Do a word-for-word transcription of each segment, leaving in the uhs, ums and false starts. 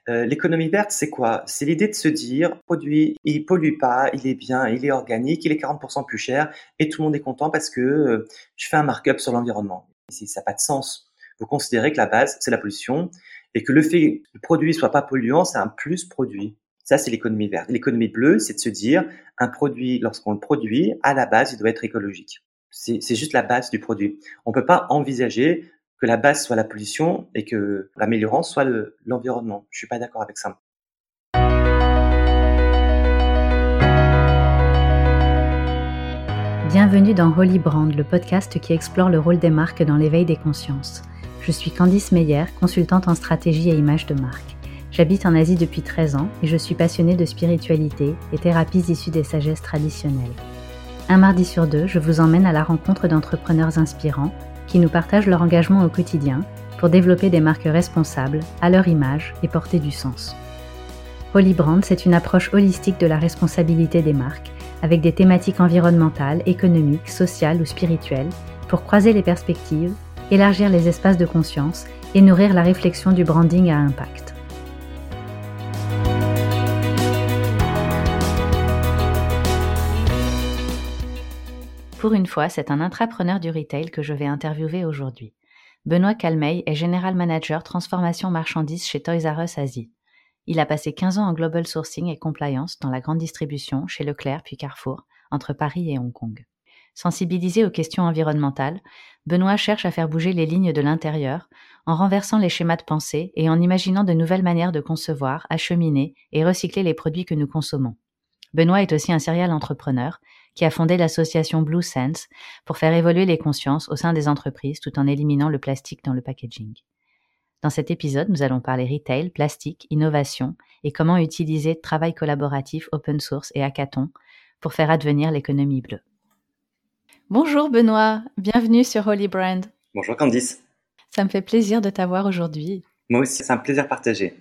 Euh, l'économie verte, c'est quoi? C'est l'idée de se dire, produit, il pollue pas, il est bien, il est organique, il est quarante pour cent plus cher et tout le monde est content parce que euh, je fais un markup sur l'environnement. Si ça n'a pas de sens. Vous considérez que la base, c'est la pollution et que le fait que le produit soit pas polluant, c'est un plus produit. Ça, c'est l'économie verte. L'économie bleue, c'est de se dire, un produit, lorsqu'on le produit, à la base, il doit être écologique. C'est, c'est juste la base du produit. On peut pas envisager que la base soit la pollution et que l'améliorant soit le, l'environnement. Je suis pas d'accord avec ça. Bienvenue dans Holy Brand, le podcast qui explore le rôle des marques dans l'éveil des consciences. Je suis Candice Meyer, consultante en stratégie et image de marque. J'habite en Asie depuis treize ans et je suis passionnée de spiritualité et thérapies issues des sagesses traditionnelles. Un mardi sur deux, je vous emmène à la rencontre d'entrepreneurs inspirants qui nous partagent leur engagement au quotidien pour développer des marques responsables, à leur image et porter du sens. Holy Brand, c'est une approche holistique de la responsabilité des marques, avec des thématiques environnementales, économiques, sociales ou spirituelles, pour croiser les perspectives, élargir les espaces de conscience et nourrir la réflexion du branding à impact. Pour une fois, c'est un intrapreneur du retail que je vais interviewer aujourd'hui. Benoît Calmeil est General Manager Transformation Marchandises chez Toys R Us Asie. Il a passé quinze ans en Global Sourcing et Compliance dans la grande distribution chez Leclerc puis Carrefour, entre Paris et Hong Kong. Sensibilisé aux questions environnementales, Benoît cherche à faire bouger les lignes de l'intérieur en renversant les schémas de pensée et en imaginant de nouvelles manières de concevoir, acheminer et recycler les produits que nous consommons. Benoît est aussi un serial entrepreneur qui a fondé l'association Blue Sense pour faire évoluer les consciences au sein des entreprises tout en éliminant le plastique dans le packaging. Dans cet épisode, nous allons parler retail, plastique, innovation et comment utiliser travail collaboratif, open source et hackathon pour faire advenir l'économie bleue. Bonjour Benoît, bienvenue sur Holy Brand. Bonjour Candice. Ça me fait plaisir de t'avoir aujourd'hui. Moi aussi, c'est un plaisir partagé.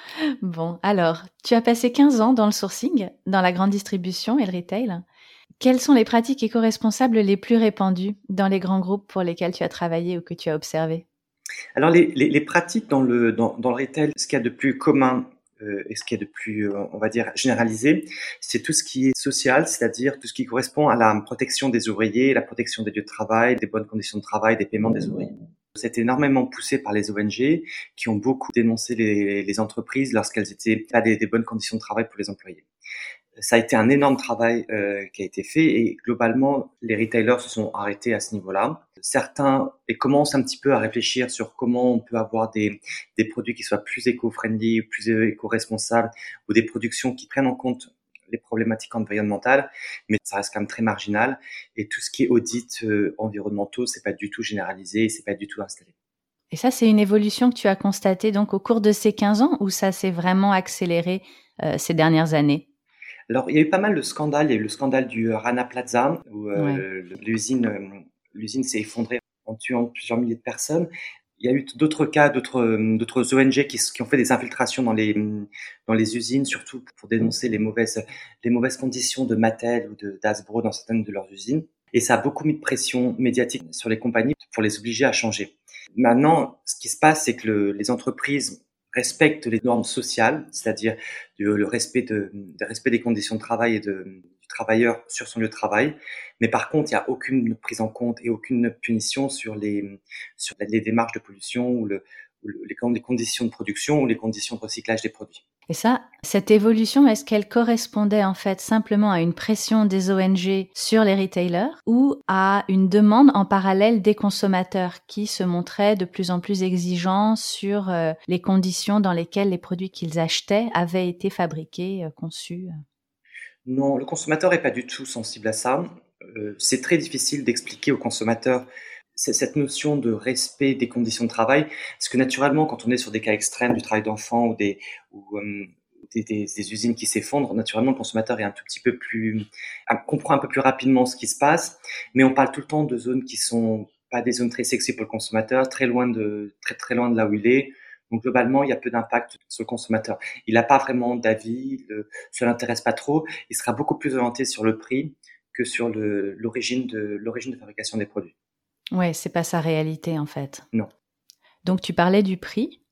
Bon, alors, tu as passé quinze ans dans le sourcing, dans la grande distribution et le retail. Quelles sont les pratiques éco-responsables les plus répandues dans les grands groupes pour lesquels tu as travaillé ou que tu as observé? Alors les, les, les pratiques dans le, dans, dans le retail, ce qu'il y a de plus commun euh, et ce qu'il y a de plus, euh, on va dire, généralisé, c'est tout ce qui est social, c'est-à-dire tout ce qui correspond à la protection des ouvriers, la protection des lieux de travail, des bonnes conditions de travail, des paiements des ouvriers. C'est énormément poussé par les O N G qui ont beaucoup dénoncé les, les entreprises lorsqu'elles étaient pas des, des bonnes conditions de travail pour les employés. Ça a été un énorme travail euh, qui a été fait et globalement, les retailers se sont arrêtés à ce niveau-là. Certains et commencent un petit peu à réfléchir sur comment on peut avoir des, des produits qui soient plus éco-friendly, plus éco-responsables ou des productions qui prennent en compte les problématiques environnementales, mais ça reste quand même très marginal. Et tout ce qui est audit euh, environnementaux, c'est pas du tout généralisé, c'est pas du tout installé. Et ça, c'est une évolution que tu as constatée donc au cours de ces quinze ans ou ça s'est vraiment accéléré euh, ces dernières années? Alors, il y a eu pas mal de scandales. Il y a eu le scandale du Rana Plaza où euh, Ouais. l'usine, euh, l'usine s'est effondrée en tuant plusieurs milliers de personnes. Il y a eu d'autres cas, d'autres, d'autres O N G qui, qui ont fait des infiltrations dans les, dans les usines, surtout pour dénoncer les mauvaises, les mauvaises conditions de Mattel ou de d'Hasbro dans certaines de leurs usines. Et ça a beaucoup mis de pression médiatique sur les compagnies pour les obliger à changer. Maintenant, ce qui se passe, c'est que le, les entreprises respectent les normes sociales, c'est-à-dire le, le respect, de, le respect des conditions de travail et de, du travailleur sur son lieu de travail. Mais par contre, il n'y a aucune prise en compte et aucune punition sur les, sur les démarches de pollution ou, le, ou le, les, les conditions de production ou les conditions de recyclage des produits. Et ça, cette évolution, est-ce qu'elle correspondait en fait simplement à une pression des O N G sur les retailers ou à une demande en parallèle des consommateurs qui se montraient de plus en plus exigeants sur euh, les conditions dans lesquelles les produits qu'ils achetaient avaient été fabriqués, euh, conçus? Non, le consommateur n'est pas du tout sensible à ça. Euh, c'est très difficile d'expliquer aux consommateurs cette notion de respect des conditions de travail, parce que naturellement, quand on est sur des cas extrêmes du travail d'enfants ou des ou euh, des, des, des usines qui s'effondrent, naturellement, le consommateur est un tout petit peu plus comprend un peu plus rapidement ce qui se passe. Mais on parle tout le temps de zones qui sont pas des zones très sexy pour le consommateur, très loin de très très loin de là où il est. Donc globalement, il y a peu d'impact sur le consommateur. Il n'a pas vraiment d'avis, le, ça l'intéresse pas trop. Il sera beaucoup plus orienté sur le prix que sur le, l'origine de l'origine de fabrication des produits. Ouais, c'est pas sa réalité en fait. Non. Donc tu parlais du prix.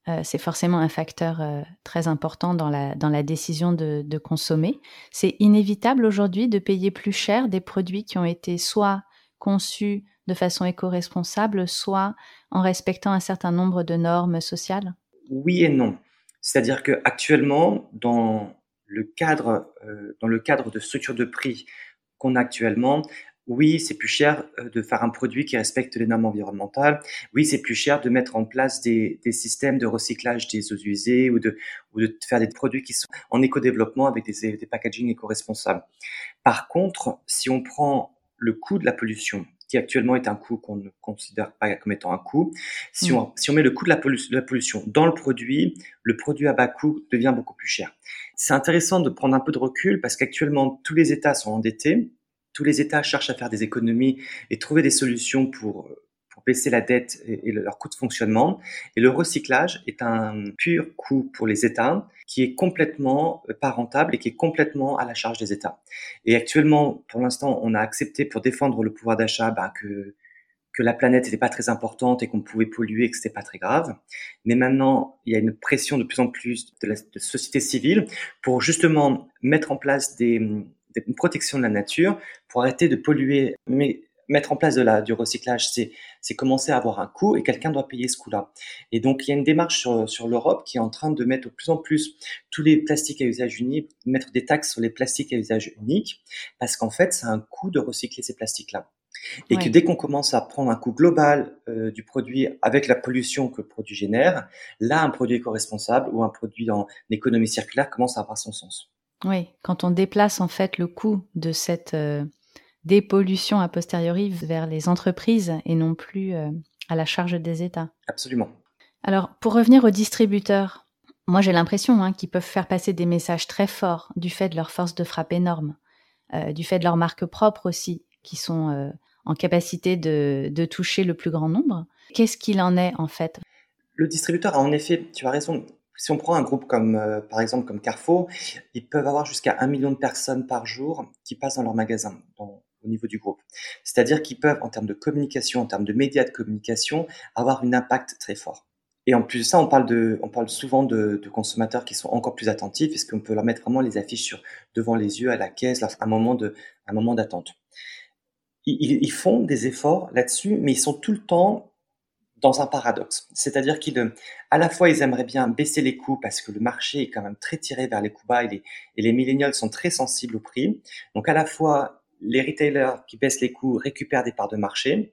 Euh, c'est forcément un facteur euh, très important dans la, dans la décision de, de consommer. C'est inévitable aujourd'hui de payer plus cher des produits qui ont été soit conçus de façon éco-responsable, soit en respectant un certain nombre de normes sociales? Oui et non. C'est-à-dire que actuellement, dans le cadre, euh, dans le cadre de structure de prix qu'on a actuellement, oui, c'est plus cher euh, de faire un produit qui respecte les normes environnementales. Oui, c'est plus cher de mettre en place des, des systèmes de recyclage des eaux usées ou de, ou de faire des produits qui sont en éco-développement avec des, des packaging éco-responsables. Par contre, si on prend le coût de la pollution, qui actuellement est un coût qu'on ne considère pas comme étant un coût, si Mm. on, si on met le coût de la, pollu- de la pollution dans le produit, le produit à bas coût devient beaucoup plus cher. C'est intéressant de prendre un peu de recul parce qu'actuellement, tous les États sont endettés, tous les États cherchent à faire des économies et trouver des solutions pour, pour baisser la dette et, et leur coût de fonctionnement. Et le recyclage est un pur coût pour les États qui est complètement euh, pas rentable et qui est complètement à la charge des États. Et actuellement, pour l'instant, on a accepté pour défendre le pouvoir d'achat bah, que que la planète n'était pas très importante et qu'on pouvait polluer et que c'était pas très grave. Mais maintenant, il y a une pression de plus en plus de la de société civile pour justement mettre en place des, des une protection de la nature pour arrêter de polluer. Mais mettre en place de la, du recyclage, c'est, c'est commencer à avoir un coût et quelqu'un doit payer ce coût-là. Et donc, il y a une démarche sur, sur l'Europe qui est en train de mettre de plus en plus tous les plastiques à usage unique, mettre des taxes sur les plastiques à usage unique, parce qu'en fait, c'est un coût de recycler ces plastiques-là. Et que Ouais. dès qu'on commence à prendre un coût global euh, du produit avec la pollution que le produit génère, là, un produit éco-responsable ou un produit en économie circulaire commence à avoir son sens. Oui, quand on déplace en fait le coût de cette euh, dépollution a posteriori vers les entreprises et non plus euh, à la charge des États. Absolument. Alors, pour revenir aux distributeurs, moi j'ai l'impression hein, qu'ils peuvent faire passer des messages très forts du fait de leur force de frappe énorme, euh, du fait de leurs marques propres aussi, qui sont euh, en capacité de, de toucher le plus grand nombre. Qu'est-ce qu'il en est en fait? Le distributeur a en effet, tu as raison. Si on prend un groupe comme, euh, par exemple, comme Carrefour, ils peuvent avoir jusqu'à un million de personnes par jour qui passent dans leur magasin, dans, au niveau du groupe. C'est-à-dire qu'ils peuvent, en termes de communication, en termes de médias de communication, avoir un impact très fort. Et en plus de ça, on parle, de, on parle souvent de, de consommateurs qui sont encore plus attentifs, puisqu'on peut leur mettre vraiment les affiches sur, devant les yeux, à la caisse, à un moment de, un moment d'attente. Ils, ils font des efforts là-dessus, mais ils sont tout le temps dans un paradoxe. C'est-à-dire qu'ils, à la fois, ils aimeraient bien baisser les coûts parce que le marché est quand même très tiré vers les coûts bas et les, et les millennials sont très sensibles au prix. Donc, à la fois, les retailers qui baissent les coûts récupèrent des parts de marché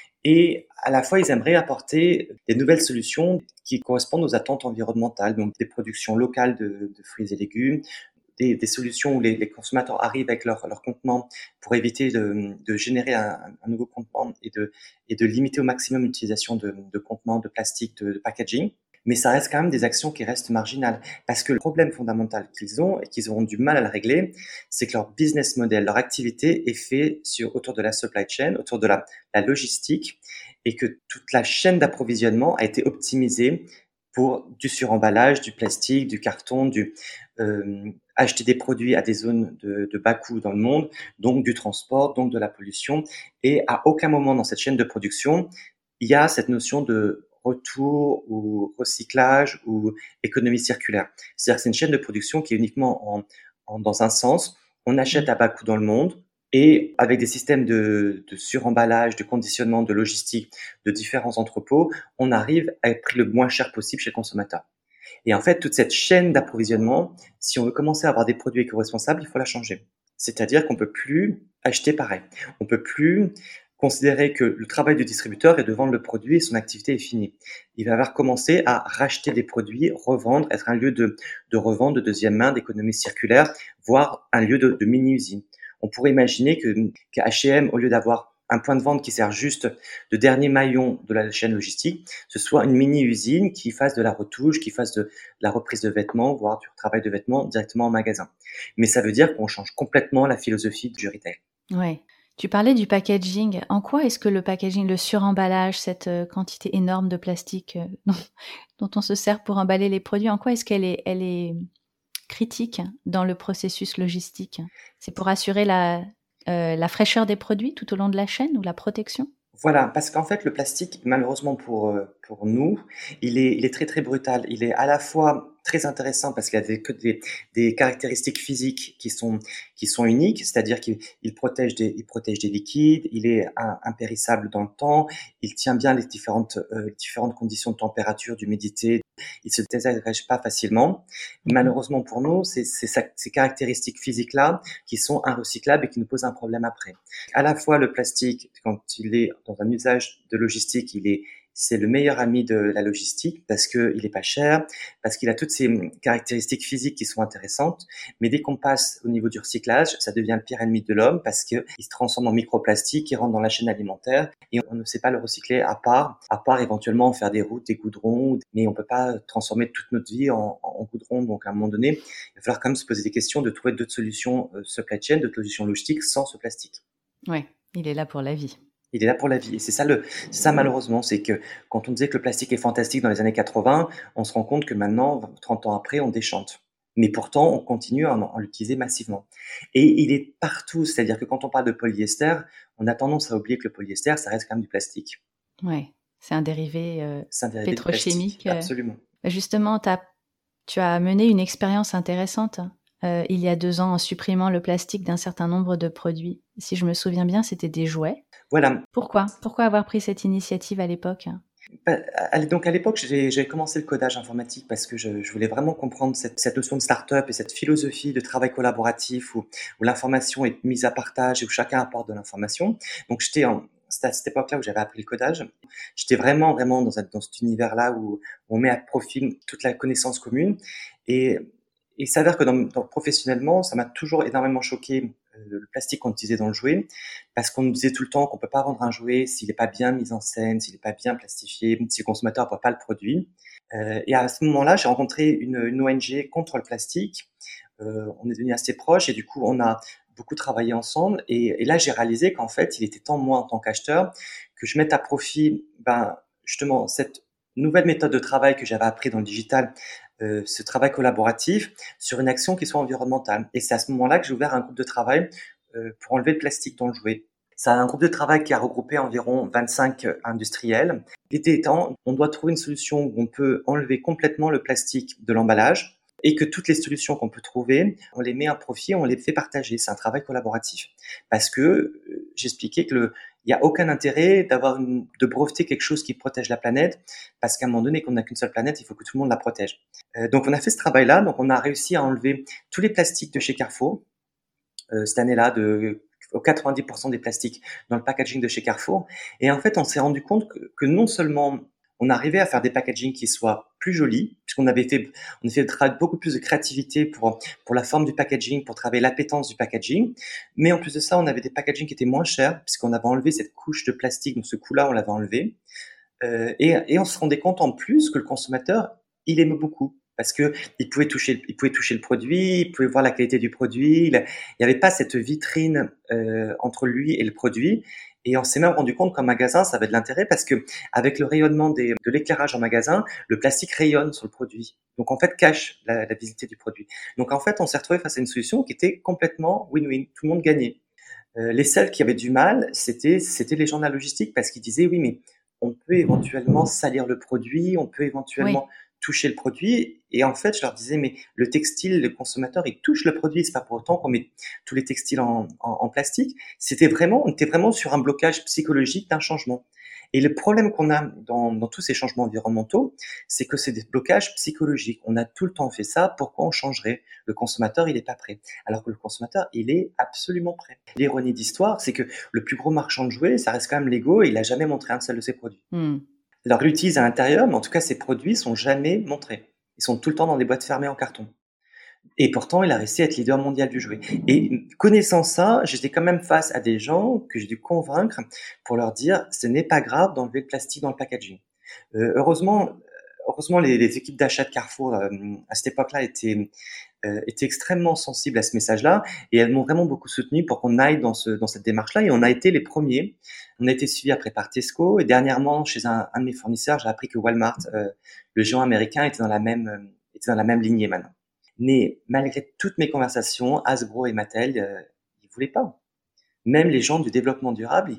et à la fois, ils aimeraient apporter des nouvelles solutions qui correspondent aux attentes environnementales, donc des productions locales de, de fruits et légumes, des, des solutions où les, les consommateurs arrivent avec leur, leur contenant pour éviter de, de générer un, un nouveau contenant et de, et de limiter au maximum l'utilisation de, de contenants, de plastique, de, de packaging. Mais ça reste quand même des actions qui restent marginales. Parce que le problème fondamental qu'ils ont et qu'ils auront du mal à le régler, c'est que leur business model, leur activité est fait sur, autour de la supply chain, autour de la, la logistique et que toute la chaîne d'approvisionnement a été optimisée pour du suremballage, du plastique, du carton, du euh, acheter des produits à des zones de, de bas coût dans le monde, donc du transport, donc de la pollution. Et à aucun moment dans cette chaîne de production, il y a cette notion de retour ou recyclage ou économie circulaire. C'est-à-dire que c'est une chaîne de production qui est uniquement en, en, dans un sens. On achète à bas coût dans le monde et avec des systèmes de, de suremballage, de conditionnement, de logistique de différents entrepôts, on arrive à être pris le moins cher possible chez le consommateur. Et en fait, toute cette chaîne d'approvisionnement, si on veut commencer à avoir des produits éco-responsables, il faut la changer. C'est-à-dire qu'on peut plus acheter pareil. On peut plus considérer que le travail du distributeur est de vendre le produit et son activité est finie. Il va avoir commencé à racheter des produits, revendre, être un lieu de, de revente, de deuxième main, d'économie circulaire, voire un lieu de, de mini-usine. On pourrait imaginer que qu'à H et M, au lieu d'avoir un point de vente qui sert juste de dernier maillon de la chaîne logistique, ce soit une mini-usine qui fasse de la retouche, qui fasse de, de la reprise de vêtements, voire du travail de vêtements directement en magasin. Mais ça veut dire qu'on change complètement la philosophie du retail. Ouais. Tu parlais du packaging. En quoi est-ce que le packaging, le suremballage, cette euh, quantité énorme de plastique euh, dont, dont on se sert pour emballer les produits, en quoi est-ce qu'elle est, elle est critique dans le processus logistique? C'est pour assurer la, euh, la fraîcheur des produits tout au long de la chaîne ou la protection? Voilà, parce qu'en fait, le plastique, malheureusement pour, pour nous, il est, il est très très brutal. Il est à la fois très intéressant parce qu'il a des, que des, des caractéristiques physiques qui sont, qui sont uniques, c'est-à-dire qu'il il protège des, il protège des liquides, il est un- impérissable dans le temps, il tient bien les différentes, euh, différentes conditions de température, d'humidité, il se désagrège pas facilement. Mhm. Malheureusement pour nous, c'est c'est sa- ces caractéristiques physiques-là qui sont inrecyclables et qui nous posent un problème après. À la fois le plastique, quand il est dans un usage de logistique, il est c'est le meilleur ami de la logistique parce que il est pas cher, parce qu'il a toutes ces hum, caractéristiques physiques qui sont intéressantes. Mais dès qu'on passe au niveau du recyclage, ça devient le pire ennemi de l'homme parce que il se transforme en microplastique, il rentre dans la chaîne alimentaire et on ne sait pas le recycler à part, à part éventuellement faire des routes, des goudrons, mais on peut pas transformer toute notre vie en, en goudron. Donc à un moment donné, il va falloir quand même se poser des questions de trouver d'autres solutions euh, supply chain, d'autres solutions logistiques sans ce plastique. Ouais, il est là pour la vie. Il est là pour la vie. Et c'est ça le, c'est ça malheureusement, c'est que quand on disait que le plastique est fantastique dans les années quatre-vingts, on se rend compte que maintenant, trente ans après, on déchante. Mais pourtant, on continue à en, à l'utiliser massivement. Et il est partout. C'est-à-dire que quand on parle de polyester, on a tendance à oublier que le polyester, ça reste quand même du plastique. Ouais, c'est un dérivé euh, C'est un dérivé du plastique. pétrochimique. euh. Absolument. Justement, t'as- tu as mené une expérience intéressante euh, il y a deux ans en supprimant le plastique d'un certain nombre de produits. Si je me souviens bien, c'était des jouets. Voilà. Pourquoi Pourquoi avoir pris cette initiative à l'époque? Bah, à- donc à l'époque, j'ai j'ai commencé le codage informatique parce que je, je voulais vraiment comprendre cette, cette notion de start-up et cette philosophie de travail collaboratif où, où l'information est mise à partage et où chacun apporte de l'information. Donc j'étais en, c'était à cette époque-là où j'avais appris le codage. J'étais vraiment, vraiment dans, un- dans cet univers-là où on met à profit toute la connaissance commune. Et, et il s'avère que dans, dans- professionnellement, ça m'a toujours énormément choqué euh, le plastique qu'on utilisait dans le jouet parce qu'on nous disait tout le temps qu'on peut pas vendre un jouet s'il n'est pas bien mis en scène, s'il n'est pas bien plastifié, si le consommateur ne voit pas le produit. Euh, et à ce moment-là, j'ai rencontré une, une O N G contre le plastique. Euh, on est devenus assez proches et du coup, on a beaucoup travaillé ensemble. Et, et là, j'ai réalisé qu'en fait, il était temps, moi, en tant qu'acheteur, que je mette à profit, ben, justement, cette nouvelle méthode de travail que j'avais appris dans le digital, euh, ce travail collaboratif, sur une action qui soit environnementale. Et c'est à ce moment-là que j'ai ouvert un groupe de travail euh, pour enlever le plastique dans le jouet. C'est un groupe de travail qui a regroupé environ vingt-cinq industriels. L'idée étant, on doit trouver une solution où on peut enlever complètement le plastique de l'emballage et que toutes les solutions qu'on peut trouver, on les met à profit, on les fait partager. C'est un travail collaboratif. Parce que euh, j'expliquais que le, il n'y a aucun intérêt d'avoir une, de breveter quelque chose qui protège la planète, parce qu'à un moment donné, qu'on n'a qu'une seule planète, il faut que tout le monde la protège. Euh, donc on a fait ce travail-là, donc on a réussi à enlever tous les plastiques de chez Carrefour, euh, cette année-là, de quatre-vingt-dix pour cent des plastiques dans le packaging de chez Carrefour. Et en fait, on s'est rendu compte que, que non seulement on arrivait à faire des packagings qui soient plus jolis, puisqu'on avait fait, on a fait tra- beaucoup plus de créativité pour, pour la forme du packaging, pour travailler l'appétence du packaging. Mais en plus de ça, on avait des packagings qui étaient moins chers, puisqu'on avait enlevé cette couche de plastique, donc ce coup-là, on l'avait enlevé. Euh, et, et on se rendait compte en plus que le consommateur, il aimait beaucoup. Parce que il pouvait toucher, il pouvait toucher le produit, il pouvait voir la qualité du produit. Il n'y avait pas cette vitrine euh, entre lui et le produit. Et on s'est même rendu compte qu'en magasin, ça avait de l'intérêt parce que avec le rayonnement des, de l'éclairage en magasin, le plastique rayonne sur le produit. Donc en fait, cache la, la visibilité du produit. Donc en fait, on s'est retrouvé face à une solution qui était complètement win-win. Tout le monde gagnait. Euh, les seuls qui avaient du mal, c'était c'était les gens de la logistique parce qu'ils disaient oui, mais on peut éventuellement salir le produit, on peut éventuellement Oui, toucher le produit. Et en fait, je leur disais mais le textile, le consommateur, il touche le produit. C'est pas pour autant qu'on met tous les textiles en, en, en plastique. C'était vraiment, on était vraiment sur un blocage psychologique d'un changement. Et le problème qu'on a dans, dans tous ces changements environnementaux, c'est que c'est des blocages psychologiques. On a tout le temps fait ça. Pourquoi on changerait? Le consommateur, il n'est pas prêt. Alors que le consommateur, il est absolument prêt. L'ironie d'histoire, c'est que le plus gros marchand de jouets, ça reste quand même Lego et il n'a jamais montré un seul de ses produits. hmm, Alors, il l'utilise à l'intérieur, mais en tout cas, ses produits sont jamais montrés. Ils sont tout le temps dans des boîtes fermées en carton. Et pourtant, il a réussi à être leader mondial du jouet. Et connaissant ça, j'étais quand même face à des gens que j'ai dû convaincre pour leur dire, ce n'est pas grave d'enlever le plastique dans le packaging. Euh, heureusement, heureusement, les, les équipes d'achat de Carrefour euh, à cette époque-là étaient euh, étaient extrêmement sensibles à ce message-là et elles m'ont vraiment beaucoup soutenu pour qu'on aille dans ce dans cette démarche-là et on a été les premiers. On a été suivis après par Tesco et dernièrement chez un, un de mes fournisseurs, j'ai appris que Walmart, euh, le géant américain, était dans la même euh, était dans la même lignée maintenant. Mais malgré toutes mes conversations, Hasbro et Mattel, euh, ils voulaient pas. Même les gens du développement durable, ils,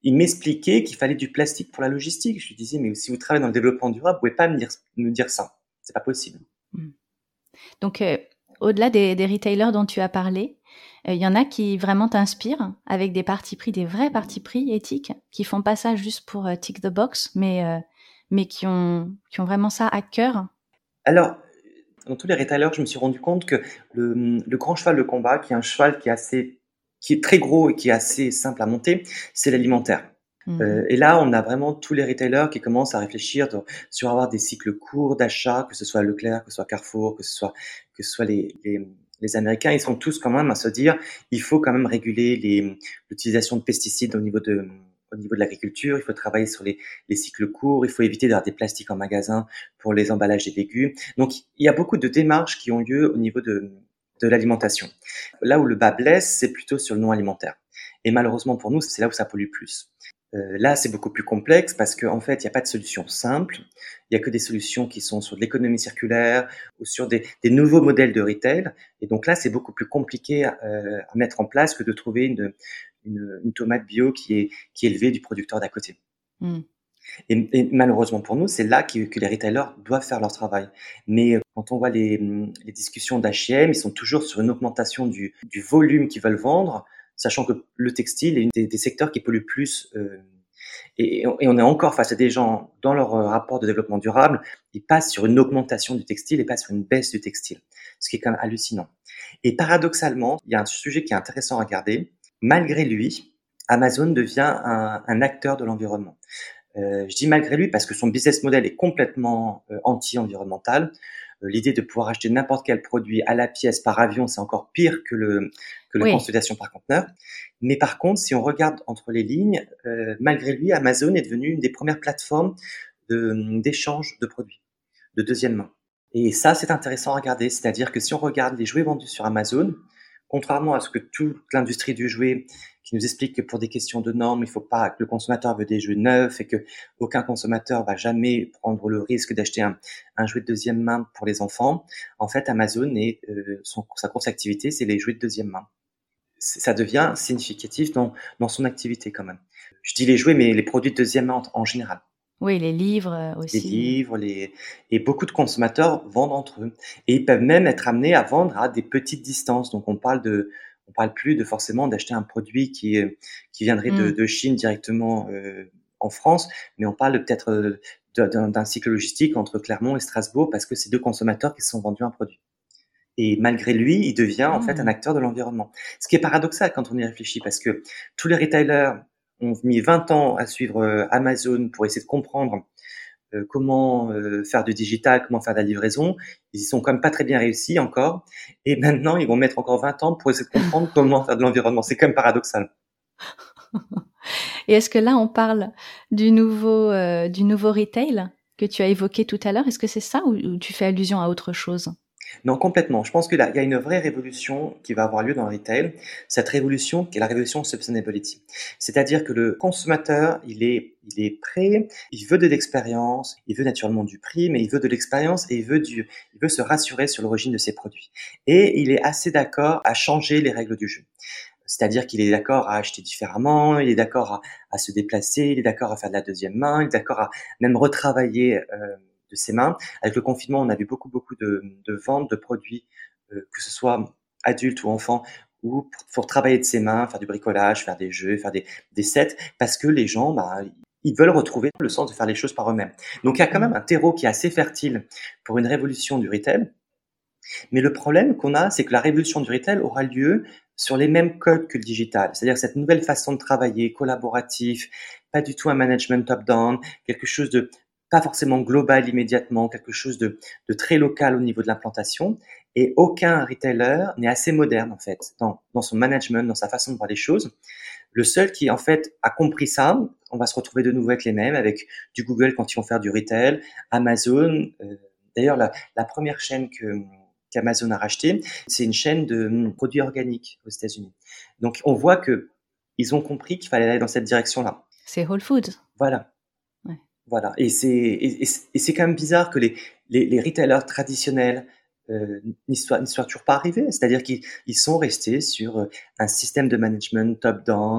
il m'expliquait qu'il fallait du plastique pour la logistique. Je lui disais, mais si vous travaillez dans le développement durable, vous pouvez pas me dire, me dire ça. C'est pas possible. Mmh. Donc, euh, au-delà des, des retailers dont tu as parlé, il euh, y en a qui vraiment t'inspirent avec des partis pris, des vrais partis pris éthiques, qui font pas ça juste pour euh, tick the box, mais, euh, mais qui ont, qui ont vraiment ça à cœur. Alors, dans tous les retailers, je me suis rendu compte que le, le grand cheval de combat, qui est un cheval qui est assez, qui est très gros et qui est assez simple à monter, c'est l'alimentaire. Mmh. Euh, et là, on a vraiment tous les retailers qui commencent à réfléchir de, sur avoir des cycles courts d'achat, que ce soit Leclerc, que ce soit Carrefour, que ce soit, que ce soit les, les, les Américains. Ils sont tous quand même à se dire, il faut quand même réguler les, l'utilisation de pesticides au niveau de, au niveau de l'agriculture. Il faut travailler sur les, les cycles courts. Il faut éviter d'avoir des plastiques en magasin pour les emballages des légumes. Donc, il y a beaucoup de démarches qui ont lieu au niveau de, de l'alimentation. Là où le bas blesse, c'est plutôt sur le non alimentaire. Et malheureusement pour nous, c'est là où ça pollue plus. Euh, là, c'est beaucoup plus complexe parce qu'en en fait, il n'y a pas de solution simple. Il n'y a que des solutions qui sont sur de l'économie circulaire ou sur des, des nouveaux modèles de retail. Et donc là, c'est beaucoup plus compliqué euh, à mettre en place que de trouver une, une, une tomate bio qui est, qui est élevée du producteur d'à côté. Mm. Et, et malheureusement pour nous, c'est là que, que les retailers doivent faire leur travail. Mais quand on voit les, les discussions d'H et M, ils sont toujours sur une augmentation du, du volume qu'ils veulent vendre, sachant que le textile est un des, des secteurs qui pollue plus. Euh, et, et on est encore face à des gens, dans leur rapport de développement durable, ils passent sur une augmentation du textile et pas sur une baisse du textile, ce qui est quand même hallucinant. Et paradoxalement, il y a un sujet qui est intéressant à regarder. Malgré lui, Amazon devient un, un acteur de l'environnement. Euh, je dis malgré lui parce que son business model est complètement euh, anti-environnemental. Euh, l'idée de pouvoir acheter n'importe quel produit à la pièce par avion, c'est encore pire que le que la oui. consultation par conteneur. Mais par contre, si on regarde entre les lignes, euh, malgré lui, Amazon est devenu une des premières plateformes de, d'échange de produits de deuxième main. Et ça, c'est intéressant à regarder. C'est-à-dire que si on regarde les jouets vendus sur Amazon, contrairement à ce que toute l'industrie du jouet qui nous explique que pour des questions de normes, il faut pas que le consommateur veut des jouets neufs et que aucun consommateur va jamais prendre le risque d'acheter un, un jouet de deuxième main pour les enfants. En fait, Amazon et euh, son, sa grosse activité, c'est les jouets de deuxième main. C'est, ça devient significatif dans, dans son activité quand même. Je dis les jouets, mais les produits de deuxième main en, en général. Oui, les livres aussi. Les livres, les... et beaucoup de consommateurs vendent entre eux. Et ils peuvent même être amenés à vendre à des petites distances. Donc, on parle de, on parle plus de forcément d'acheter un produit qui, qui viendrait mmh. de, de Chine directement euh, en France, mais on parle de, peut-être de, d'un, d'un cycle logistique entre Clermont et Strasbourg parce que c'est deux consommateurs qui se sont vendus un produit. Et malgré lui, il devient mmh. en fait un acteur de l'environnement. Ce qui est paradoxal quand on y réfléchit parce que tous les retailers ont mis vingt ans à suivre euh, Amazon pour essayer de comprendre euh, comment euh, faire du digital, comment faire de la livraison. Ils y sont quand même pas très bien réussis encore. Et maintenant, ils vont mettre encore vingt ans pour essayer de comprendre comment faire de l'environnement. C'est quand même paradoxal. Et est-ce que là, on parle du nouveau, euh, du nouveau retail que tu as évoqué tout à l'heure? Est-ce que c'est ça ou, ou tu fais allusion à autre chose? Non, complètement. Je pense qu'il y a une vraie révolution qui va avoir lieu dans le retail. Cette révolution, qui est la révolution sustainability. C'est-à-dire que le consommateur, il est, il est prêt, il veut de l'expérience, il veut naturellement du prix, mais il veut de l'expérience et il veut du, il veut se rassurer sur l'origine de ses produits. Et il est assez d'accord à changer les règles du jeu. C'est-à-dire qu'il est d'accord à acheter différemment, il est d'accord à, à se déplacer, il est d'accord à faire de la deuxième main, il est d'accord à même retravailler euh, de ses mains. Avec le confinement, on a vu beaucoup, beaucoup de, de ventes de produits, euh, que ce soit adultes ou enfants, ou pour, pour travailler de ses mains, faire du bricolage, faire des jeux, faire des, des sets, parce que les gens, bah, ils veulent retrouver le sens de faire les choses par eux-mêmes. Donc, il y a quand même un terreau qui est assez fertile pour une révolution du retail. Mais le problème qu'on a, c'est que la révolution du retail aura lieu sur les mêmes codes que le digital. C'est-à-dire cette nouvelle façon de travailler, collaboratif, pas du tout un management top-down, quelque chose de pas forcément global immédiatement, quelque chose de, de très local au niveau de l'implantation. Et aucun retailer n'est assez moderne, en fait, dans, dans son management, dans sa façon de voir les choses. Le seul qui, en fait, a compris ça, on va se retrouver de nouveau avec les mêmes, avec du Google quand ils vont faire du retail, Amazon. Euh, d'ailleurs, la, la première chaîne que qu'Amazon a racheté, c'est une chaîne de produits organiques aux États-Unis. Donc, on voit que ils ont compris qu'il fallait aller dans cette direction-là. C'est Whole Foods. Voilà. Ouais. Voilà. Et c'est, et, et, et c'est quand même bizarre que les, les, les retailers traditionnels euh, n'y soient, n'y soient toujours pas arrivés. C'est-à-dire qu'ils ils sont restés sur un système de management top-down,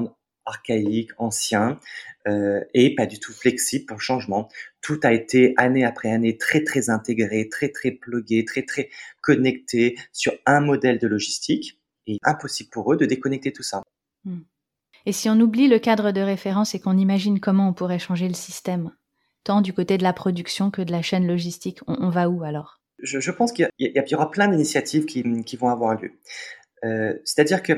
archaïque, ancien, euh, et pas du tout flexible pour le changement. Tout a été année après année très très intégré, très très plugué, très très connecté sur un modèle de logistique. Et impossible pour eux de déconnecter tout ça. Hmm. Et si on oublie le cadre de référence et qu'on imagine comment on pourrait changer le système, tant du côté de la production que de la chaîne logistique, on, on va où alors ? Je, je pense qu'il y, a, il y aura plein d'initiatives qui, qui vont avoir lieu. Euh, c'est-à-dire que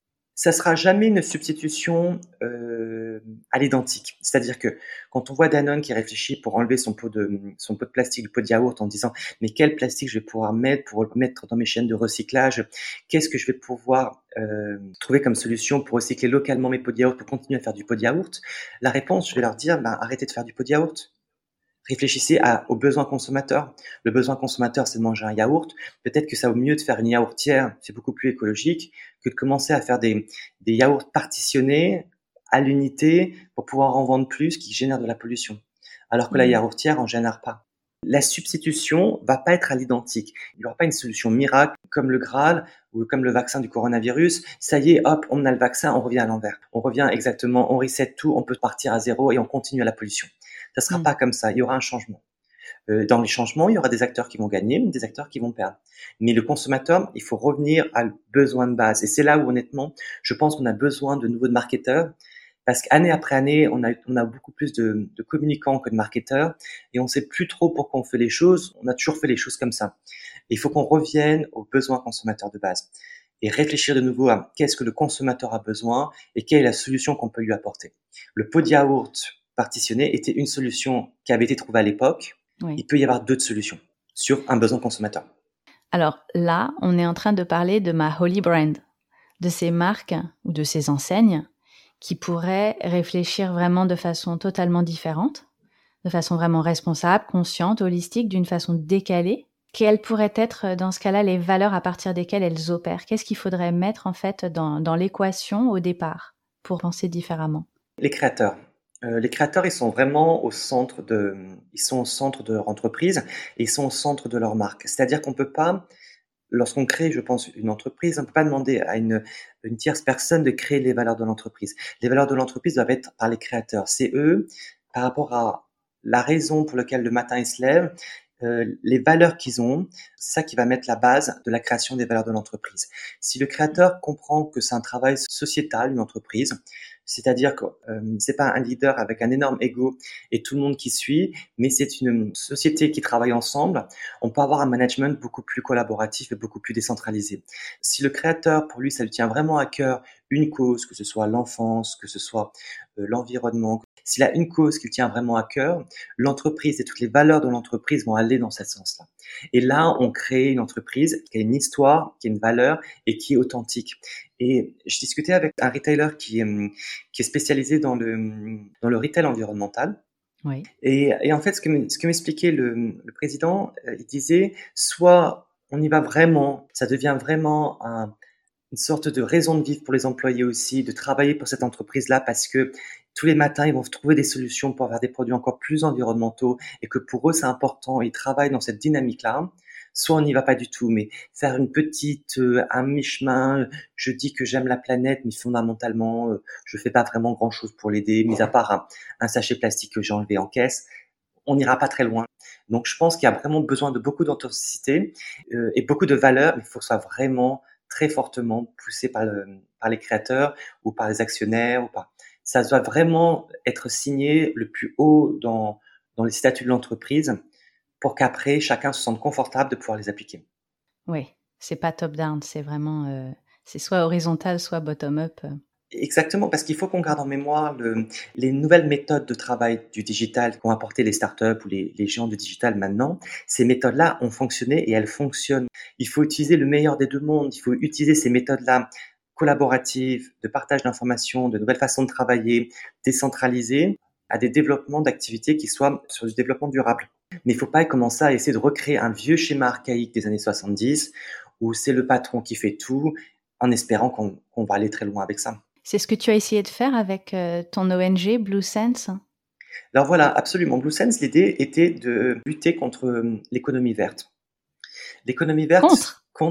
ça sera jamais une substitution euh, à l'identique. C'est-à-dire que quand on voit Danone qui réfléchit pour enlever son pot de son pot de plastique, le pot de yaourt, en disant mais quel plastique je vais pouvoir mettre pour le mettre dans mes chaînes de recyclage, qu'est-ce que je vais pouvoir euh, trouver comme solution pour recycler localement mes pots de yaourt pour continuer à faire du pot de yaourt, la réponse, je vais leur dire ben, arrêtez de faire du pot de yaourt. Réfléchissez à, aux besoins consommateurs. Le besoin consommateur, c'est de manger un yaourt. Peut-être que ça vaut mieux de faire une yaourtière, c'est beaucoup plus écologique, que de commencer à faire des, des yaourts partitionnés à l'unité pour pouvoir en vendre plus qui génèrent de la pollution. Alors que la yaourtière en génère pas. La substitution va pas être à l'identique. Il n'y aura pas une solution miracle comme le Graal ou comme le vaccin du coronavirus. Ça y est, hop, on a le vaccin, on revient à l'envers. On revient exactement, on reset tout, on peut partir à zéro et on continue à la pollution. Ça sera mmh. pas comme ça. Il y aura un changement. Euh, dans les changements, il y aura des acteurs qui vont gagner, des acteurs qui vont perdre. Mais le consommateur, il faut revenir à le besoin de base. Et c'est là où, honnêtement, je pense qu'on a besoin de nouveaux marketeurs. Parce qu'année après année, on a, on a beaucoup plus de, de communicants que de marketeurs. Et on sait plus trop pourquoi on fait les choses. On a toujours fait les choses comme ça. Et il faut qu'on revienne aux besoins consommateurs de base. Et réfléchir de nouveau à qu'est-ce que le consommateur a besoin et quelle est la solution qu'on peut lui apporter. Le pot de yaourt partitionné était une solution qui avait été trouvée à l'époque. Oui. Il peut y avoir d'autres solutions sur un besoin consommateur. Alors là, on est en train de parler de ma Holy Brand, de ces marques ou de ces enseignes qui pourraient réfléchir vraiment de façon totalement différente, de façon vraiment responsable, consciente, holistique, d'une façon décalée. Quelles pourraient être dans ce cas-là les valeurs à partir desquelles elles opèrent ? Qu'est-ce qu'il faudrait mettre en fait dans, dans l'équation au départ pour penser différemment ? Les créateurs. Euh, les créateurs, ils sont vraiment au centre de, ils sont au centre de leur entreprise et ils sont au centre de leur marque. C'est-à-dire qu'on peut pas, lorsqu'on crée, je pense, une entreprise, on peut pas demander à une, une tierce personne de créer les valeurs de l'entreprise. Les valeurs de l'entreprise doivent être par les créateurs. C'est eux, par rapport à la raison pour laquelle le matin ils se lèvent, euh, les valeurs qu'ils ont, c'est ça qui va mettre la base de la création des valeurs de l'entreprise. Si le créateur comprend que c'est un travail sociétal, une entreprise, c'est-à-dire que euh, c'est pas un leader avec un énorme ego et tout le monde qui suit, mais c'est une société qui travaille ensemble. On peut avoir un management beaucoup plus collaboratif et beaucoup plus décentralisé. Si le créateur, pour lui, ça lui tient vraiment à cœur une cause, que ce soit l'enfance, que ce soit euh, l'environnement, s'il a une cause qui lui tient vraiment à cœur, l'entreprise et toutes les valeurs de l'entreprise vont aller dans ce sens-là. Et là, on crée une entreprise qui a une histoire, qui a une valeur et qui est authentique. Et je discutais avec un retailer qui est, qui est spécialisé dans le, dans le retail environnemental. Oui. Et, et en fait, ce que, ce que m'expliquait le, le président, il disait, soit on y va vraiment, ça devient vraiment un, une sorte de raison de vivre pour les employés aussi, de travailler pour cette entreprise-là parce que tous les matins, ils vont trouver des solutions pour avoir des produits encore plus environnementaux et que pour eux, c'est important. Ils travaillent dans cette dynamique-là. Soit on n'y va pas du tout, mais faire une petite, euh, un mi-chemin, je dis que j'aime la planète, mais fondamentalement, euh, je fais pas vraiment grand-chose pour l'aider, mis à part un, un sachet plastique que j'ai enlevé en caisse. On n'ira pas très loin. Donc, je pense qu'il y a vraiment besoin de beaucoup d'authenticité euh, et beaucoup de valeur, mais il faut que ce soit vraiment très fortement poussé par, le, par les créateurs ou par les actionnaires. Ou par... Ça doit vraiment être signé le plus haut dans, dans les statuts de l'entreprise pour qu'après, chacun se sente confortable de pouvoir les appliquer. Oui, c'est pas top-down, c'est vraiment... Euh, c'est soit horizontal, soit bottom-up. Exactement, parce qu'il faut qu'on garde en mémoire le, les nouvelles méthodes de travail du digital qu'ont apporté les startups ou les, les géants du digital maintenant. Ces méthodes-là ont fonctionné et elles fonctionnent. Il faut utiliser le meilleur des deux mondes. Il faut utiliser ces méthodes-là collaboratives, de partage d'informations, de nouvelles façons de travailler, décentralisées, à des développements d'activités qui soient sur du développement durable. Mais il ne faut pas commencer à essayer de recréer un vieux schéma archaïque des années soixante-dix où c'est le patron qui fait tout en espérant qu'on, qu'on va aller très loin avec ça. C'est ce que tu as essayé de faire avec euh, ton O N G Blue Sense ? Alors voilà, absolument. Blue Sense, l'idée était de lutter contre l'économie verte. L'économie verte contre, contre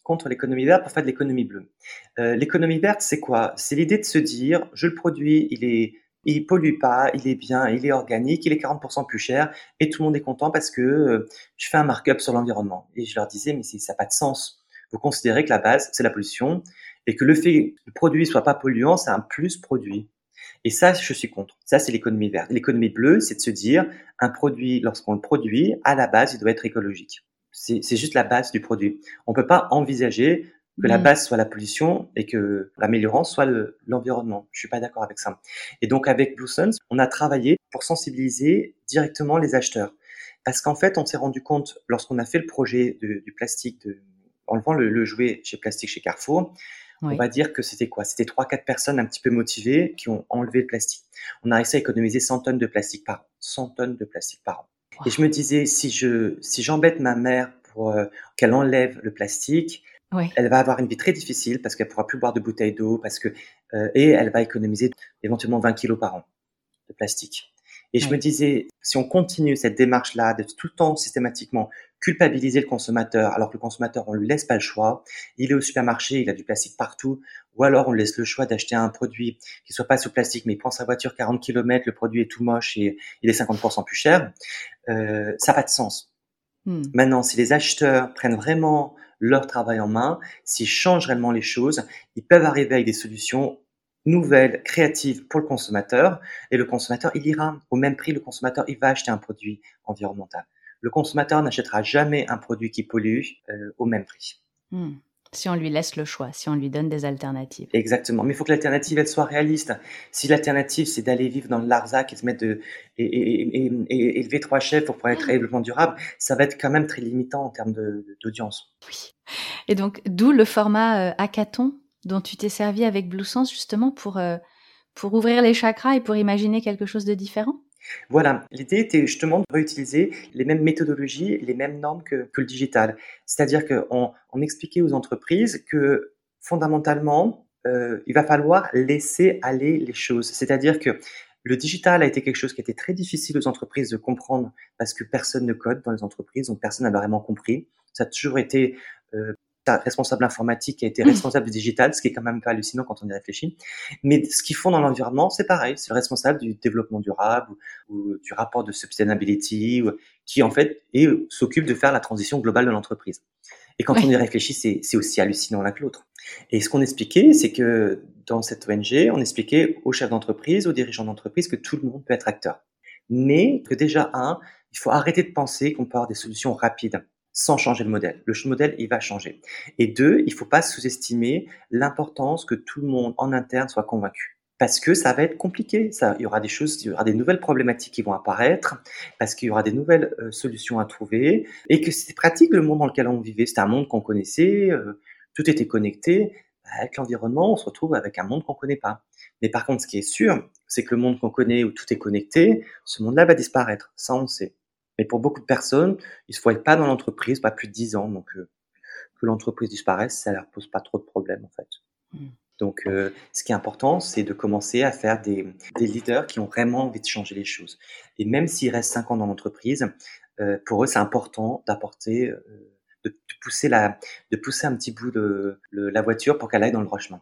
contre l'économie verte pour faire de l'économie bleue. Euh, l'économie verte, c'est quoi? C'est l'idée de se dire, je le produis, il est, il pollue pas, il est bien, il est organique, il est quarante pour cent plus cher et tout le monde est content parce que euh, je fais un markup sur l'environnement. Et je leur disais, mais ça n'a pas de sens. Vous considérez que la base, c'est la pollution et que le fait que le produit soit pas polluant, c'est un plus produit. Et ça, je suis contre. Ça, c'est l'économie verte. L'économie bleue, c'est de se dire, un produit, lorsqu'on le produit, à la base, il doit être écologique. C'est, c'est juste la base du produit. On peut pas envisager que mmh. la base soit la pollution et que l'améliorant soit le, l'environnement. Je suis pas d'accord avec ça. Et donc, avec Blue Suns, on a travaillé pour sensibiliser directement les acheteurs. Parce qu'en fait, on s'est rendu compte, lorsqu'on a fait le projet de, du plastique, de, enlevant le, le jouet chez Plastique chez Carrefour, oui. On va dire que c'était quoi? C'était trois, quatre personnes un petit peu motivées qui ont enlevé le plastique. On a réussi à économiser cent tonnes de plastique par an. cent tonnes de plastique par an. Wow. Et je me disais, si je, si j'embête ma mère pour euh, qu'elle enlève le plastique, oui. elle va avoir une vie très difficile parce qu'elle pourra plus boire de bouteilles d'eau parce que, euh, et elle va économiser éventuellement vingt kilos par an de plastique. Et je oui. me disais, si on continue cette démarche-là, de tout le temps systématiquement culpabiliser le consommateur, alors que le consommateur, on lui laisse pas le choix, il est au supermarché, il a du plastique partout, ou alors on lui laisse le choix d'acheter un produit qui soit pas sous plastique, mais il prend sa voiture quarante kilomètres, le produit est tout moche et il est cinquante pour cent plus cher, euh, ça n'a pas de sens. Hmm. Maintenant, si les acheteurs prennent vraiment leur travail en main, s'ils changent réellement les choses, ils peuvent arriver avec des solutions nouvelles, créatives pour le consommateur, et le consommateur, il ira au même prix, le consommateur, il va acheter un produit environnemental. Le consommateur n'achètera jamais un produit qui pollue euh, au même prix. Mmh. Si on lui laisse le choix, si on lui donne des alternatives. Exactement, mais il faut que l'alternative, elle soit réaliste. Si l'alternative, c'est d'aller vivre dans le Larzac et se mettre de, et, et, et, et élever trois chefs pour pouvoir être développement durable, ça va être quand même très limitant en termes de, d'audience. Oui. Et donc, d'où le format euh, hackathon dont tu t'es servi avec Blue Suns justement pour, euh, pour ouvrir les chakras et pour imaginer quelque chose de différent? Voilà, l'idée était justement de réutiliser les mêmes méthodologies, les mêmes normes que, que le digital. C'est-à-dire qu'on on expliquait aux entreprises que fondamentalement, euh, il va falloir laisser aller les choses. C'est-à-dire que le digital a été quelque chose qui était très difficile aux entreprises de comprendre parce que personne ne code dans les entreprises, donc personne n'a vraiment compris. Ça a toujours été... Euh, responsable informatique qui a été responsable du digital, ce qui est quand même pas hallucinant quand on y réfléchit. Mais ce qu'ils font dans l'environnement, c'est pareil. C'est le responsable du développement durable ou, ou du rapport de sustainability ou, qui, en fait, est, s'occupe de faire la transition globale de l'entreprise. Et quand oui. on y réfléchit, c'est, c'est aussi hallucinant l'un que l'autre. Et ce qu'on expliquait, c'est que dans cette O N G, on expliquait aux chefs d'entreprise, aux dirigeants d'entreprise que tout le monde peut être acteur. Mais que déjà, un, il faut arrêter de penser qu'on peut avoir des solutions rapides sans changer le modèle. Le modèle, il va changer. Et deux, il faut pas sous-estimer l'importance que tout le monde en interne soit convaincu. Parce que ça va être compliqué. Ça, il y aura des choses, il y aura des nouvelles problématiques qui vont apparaître, parce qu'il y aura des nouvelles euh, solutions à trouver, et que c'était pratique le monde dans lequel on vivait. C'était un monde qu'on connaissait, euh, tout était connecté. Avec l'environnement, on se retrouve avec un monde qu'on connaît pas. Mais par contre, ce qui est sûr, c'est que le monde qu'on connaît, où tout est connecté, ce monde-là va disparaître. Ça, on le sait. Mais pour beaucoup de personnes, ils se voient pas dans l'entreprise, pas plus de dix ans. Donc, euh, que l'entreprise disparaisse, ça leur pose pas trop de problèmes, en fait. Mmh. Donc, euh, ce qui est important, c'est de commencer à faire des, des leaders qui ont vraiment envie de changer les choses. Et même s'ils restent cinq ans dans l'entreprise, euh, pour eux, c'est important d'apporter, euh, de, de pousser la, de pousser un petit bout de le, la voiture pour qu'elle aille dans le droit chemin.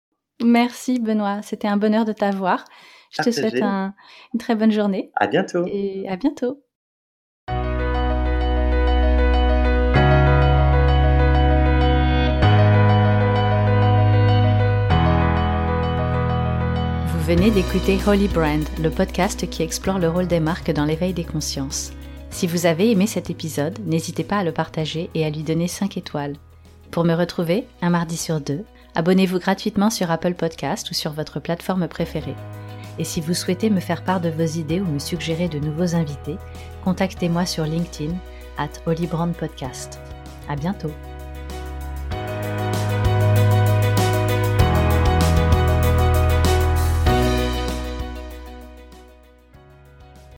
Merci, Benoît. C'était un bonheur de t'avoir. Je Partagé. te souhaite un, une très bonne journée. À bientôt. Et à bientôt. Vous venez d'écouter Holy Brand, le podcast qui explore le rôle des marques dans l'éveil des consciences. Si vous avez aimé cet épisode, n'hésitez pas à le partager et à lui donner cinq étoiles. Pour me retrouver, un mardi sur deux, abonnez-vous gratuitement sur Apple Podcast ou sur votre plateforme préférée. Et si vous souhaitez me faire part de vos idées ou me suggérer de nouveaux invités, contactez-moi sur LinkedIn at Holy Brand Podcast. À bientôt.